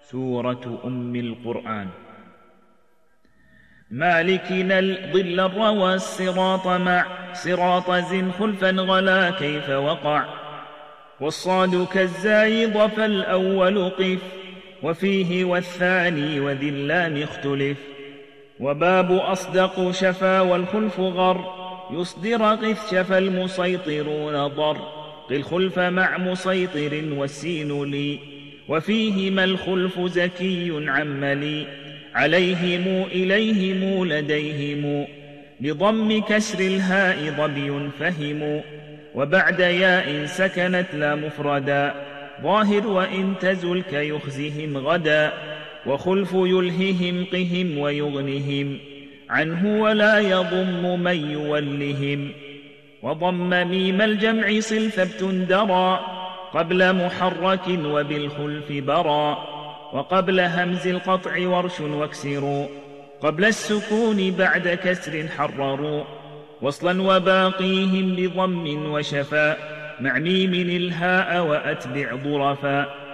سورة أم القرآن. مالكنا الظل الروى الصراط مع صراط زن خلفا غلا كيف وقع، والصاد كالزايض فالأول قف، وفيه والثاني وذي اللام اختلف. وباب أصدق شفا والخلف غر، يصدر غث شفا المسيطرون ضر، قل خلف مع مسيطر والسين لي، وفيهما الخلف زكي عملي، عليهم إليهم لديهم، بضم كسر الهاء ظبي فهم، وبعد ياء سكنت لا مفردا، ظاهر وإن تزل كيخزهم غدا، وخلف يلههم قهم ويغنهم عنه ولا يضم من يولهم. وضم ميم الجمع صل ثبت درا، قبل محرك وبالخلف برا، وقبل همز القطع ورش واكسروا، قبل السكون بعد كسر حرروا، وصلا وباقيهم بضم وشفا، مع ميم الهاء وأتبع ضرفا.